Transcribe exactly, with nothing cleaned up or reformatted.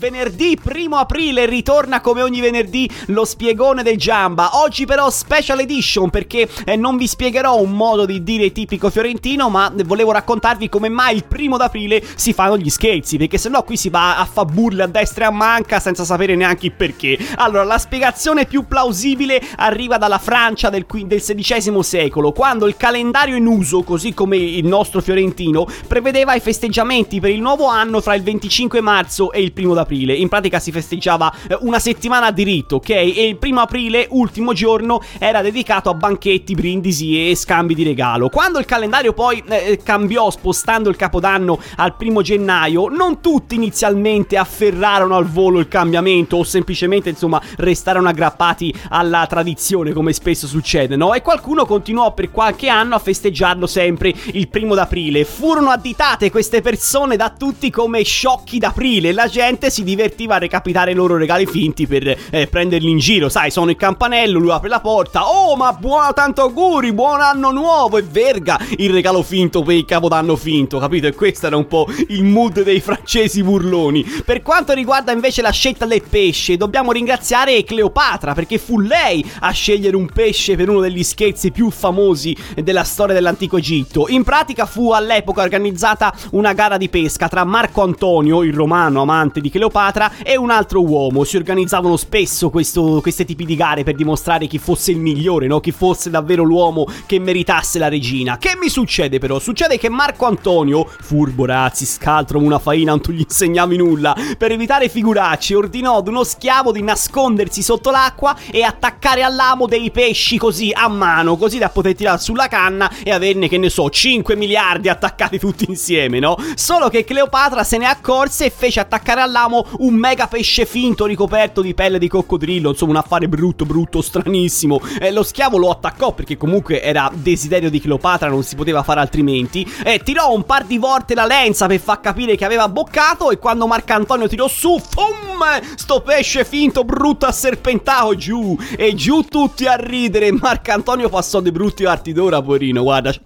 Venerdì primo aprile ritorna come ogni venerdì lo spiegone del Giamba. Oggi però special edition perché eh, non vi spiegherò un modo di dire tipico fiorentino, ma volevo raccontarvi come mai il primo d'aprile si fanno gli scherzi, perché sennò qui si va a fa burle a destra e a manca senza sapere neanche il perché. Allora, la spiegazione più plausibile arriva dalla Francia del, del sedicesimo secolo, quando il calendario in uso, così come il nostro fiorentino, prevedeva i festeggiamenti per il nuovo anno fra il venticinque marzo e il primo d'aprile. In pratica si festeggiava una settimana a diritto, ok? E il primo aprile, ultimo giorno, era dedicato a banchetti, brindisi e scambi di regalo. Quando il calendario poi eh, cambiò spostando il capodanno al primo gennaio, non tutti inizialmente afferrarono al volo il cambiamento o semplicemente, insomma, restarono aggrappati alla tradizione, come spesso succede, no? E qualcuno continuò per qualche anno a festeggiarlo sempre il primo d'aprile. Furono additate queste persone da tutti come sciocchi d'aprile. La gente si divertiva a recapitare i loro regali finti per eh, prenderli in giro. Sai, sono il campanello, lui apre la porta. Oh, ma buono, tanto auguri, buon anno nuovo, e verga il regalo finto per il capodanno finto, capito? E questo era un po' il mood dei francesi burloni. Per quanto riguarda invece la scelta del pesce, dobbiamo ringraziare Cleopatra, perché fu lei a scegliere un pesce per uno degli scherzi più famosi della storia dell'antico Egitto. In pratica fu all'epoca organizzata una gara di pesca tra Marco Antonio, il romano amante di Cleopatra, e un altro uomo. Si organizzavano spesso questo, questi tipi di gare per dimostrare chi fosse il migliore, no? Chi fosse davvero l'uomo che meritasse la regina. Che mi succede però? Succede che Marco Antonio, furbo razzi, scaltro una faina, non tu gli insegnavi nulla, per evitare figuracce ordinò ad uno schiavo di nascondersi sotto l'acqua e attaccare all'amo dei pesci così a mano, così da poter tirare sulla canna e averne, che ne so, cinque miliardi attaccati tutti insieme, no? Solo che Cleopatra se ne accorse e fece attaccare all'amo un mega pesce finto ricoperto di pelle di coccodrillo, insomma un affare brutto brutto stranissimo. E lo schiavo lo attaccò perché comunque era desiderio di Cleopatra, non si poteva fare altrimenti, e tirò un par di volte la lenza per far capire che aveva boccato, e quando Marcantonio tirò su, fum, sto pesce finto brutto asserpentato giù, e giù tutti a ridere. Marcantonio passò dei brutti arti d'ora, poverino, guarda,